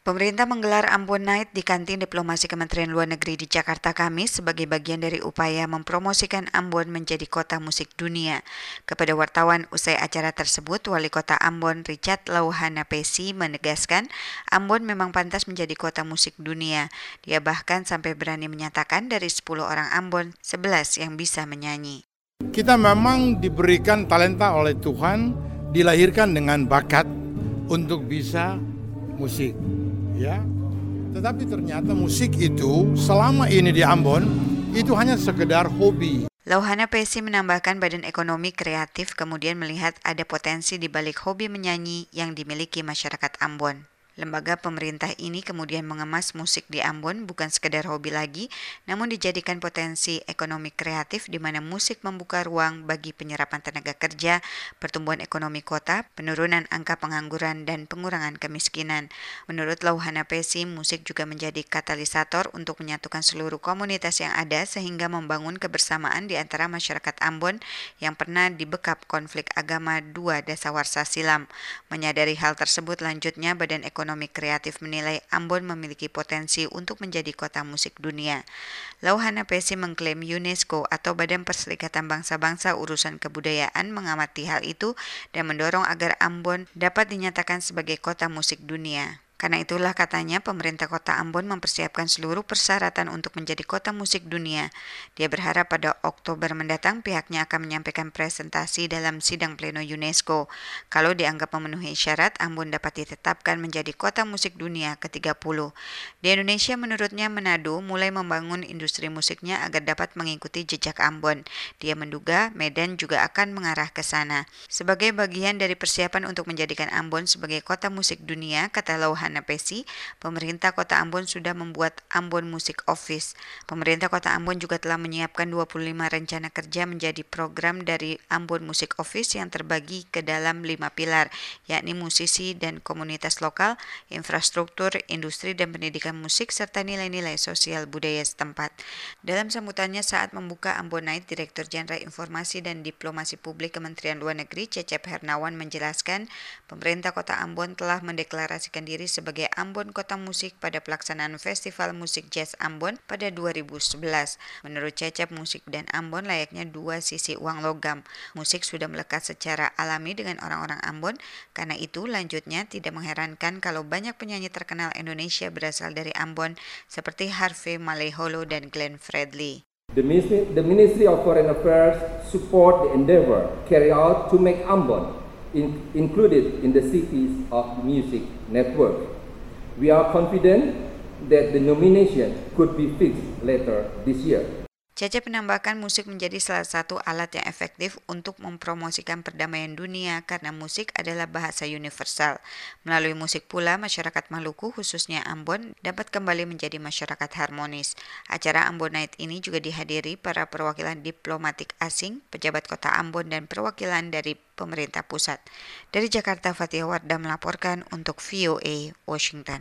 Pemerintah menggelar Ambon Night di kantin diplomasi Kementerian Luar Negeri di Jakarta Kamis sebagai bagian dari upaya mempromosikan Ambon menjadi kota musik dunia. Kepada wartawan usai acara tersebut, Wali Kota Ambon Richard Lauhanapesi menegaskan Ambon memang pantas menjadi kota musik dunia. Dia bahkan sampai berani menyatakan dari 10 orang Ambon, 11 yang bisa menyanyi. Kita memang diberikan talenta oleh Tuhan, dilahirkan dengan bakat untuk bisa musik. Ya, tetapi ternyata musik itu selama ini di Ambon itu hanya sekedar hobi. Lauhanapesi menambahkan Badan Ekonomi Kreatif kemudian melihat ada potensi di balik hobi menyanyi yang dimiliki masyarakat Ambon. Lembaga pemerintah ini kemudian mengemas musik di Ambon bukan sekedar hobi lagi, namun dijadikan potensi ekonomi kreatif di mana musik membuka ruang bagi penyerapan tenaga kerja, pertumbuhan ekonomi kota, penurunan angka pengangguran, dan pengurangan kemiskinan. Menurut Lauhanapesi, musik juga menjadi katalisator untuk menyatukan seluruh komunitas yang ada sehingga membangun kebersamaan di antara masyarakat Ambon yang pernah dibekap konflik agama dua dasawarsa silam. Menyadari hal tersebut, lanjutnya Badan Ekonomi Kreatif menilai Ambon memiliki potensi untuk menjadi kota musik dunia. Lauhanapesi mengklaim UNESCO atau Badan Perserikatan Bangsa-Bangsa Urusan Kebudayaan mengamati hal itu dan mendorong agar Ambon dapat dinyatakan sebagai kota musik dunia. Karena itulah katanya pemerintah kota Ambon mempersiapkan seluruh persyaratan untuk menjadi kota musik dunia. Dia berharap pada Oktober mendatang pihaknya akan menyampaikan presentasi dalam sidang pleno UNESCO. Kalau dianggap memenuhi syarat, Ambon dapat ditetapkan menjadi kota musik dunia ke-30. Di Indonesia menurutnya Manado mulai membangun industri musiknya agar dapat mengikuti jejak Ambon. Dia menduga Medan juga akan mengarah ke sana. Sebagai bagian dari persiapan untuk menjadikan Ambon sebagai kota musik dunia, kata Lauhanapesi, pemerintah kota Ambon sudah membuat Ambon Music Office. Pemerintah kota Ambon juga telah menyiapkan 25 rencana kerja menjadi program dari Ambon Music Office yang terbagi ke dalam 5 pilar, yakni musisi dan komunitas lokal, infrastruktur, industri dan pendidikan musik, serta nilai-nilai sosial budaya setempat. Dalam sambutannya saat membuka Ambon Night, Direktur Jenderal Informasi dan Diplomasi Publik Kementerian Luar Negeri Cecep Hernawan menjelaskan, pemerintah kota Ambon telah mendeklarasikan diri sebagai Ambon Kota Musik pada pelaksanaan Festival Musik Jazz Ambon pada 2011. Menurut Cecep, musik dan Ambon layaknya dua sisi uang logam. Musik sudah melekat secara alami dengan orang-orang Ambon, karena itu lanjutnya tidak mengherankan kalau banyak penyanyi terkenal Indonesia berasal dari Ambon seperti Harvey Maleholo dan Glenn Fredly. The Ministry of Foreign Affairs support the endeavor carried out to make Ambon included in the Cities of Music Network. We are confident that the nomination could be fixed later this year. Cecep menambahkan musik menjadi salah satu alat yang efektif untuk mempromosikan perdamaian dunia karena musik adalah bahasa universal. Melalui musik pula, masyarakat Maluku khususnya Ambon dapat kembali menjadi masyarakat harmonis. Acara Ambon Night ini juga dihadiri para perwakilan diplomatik asing, pejabat kota Ambon dan perwakilan dari pemerintah pusat. Dari Jakarta, Fatia Wardah melaporkan untuk VOA Washington.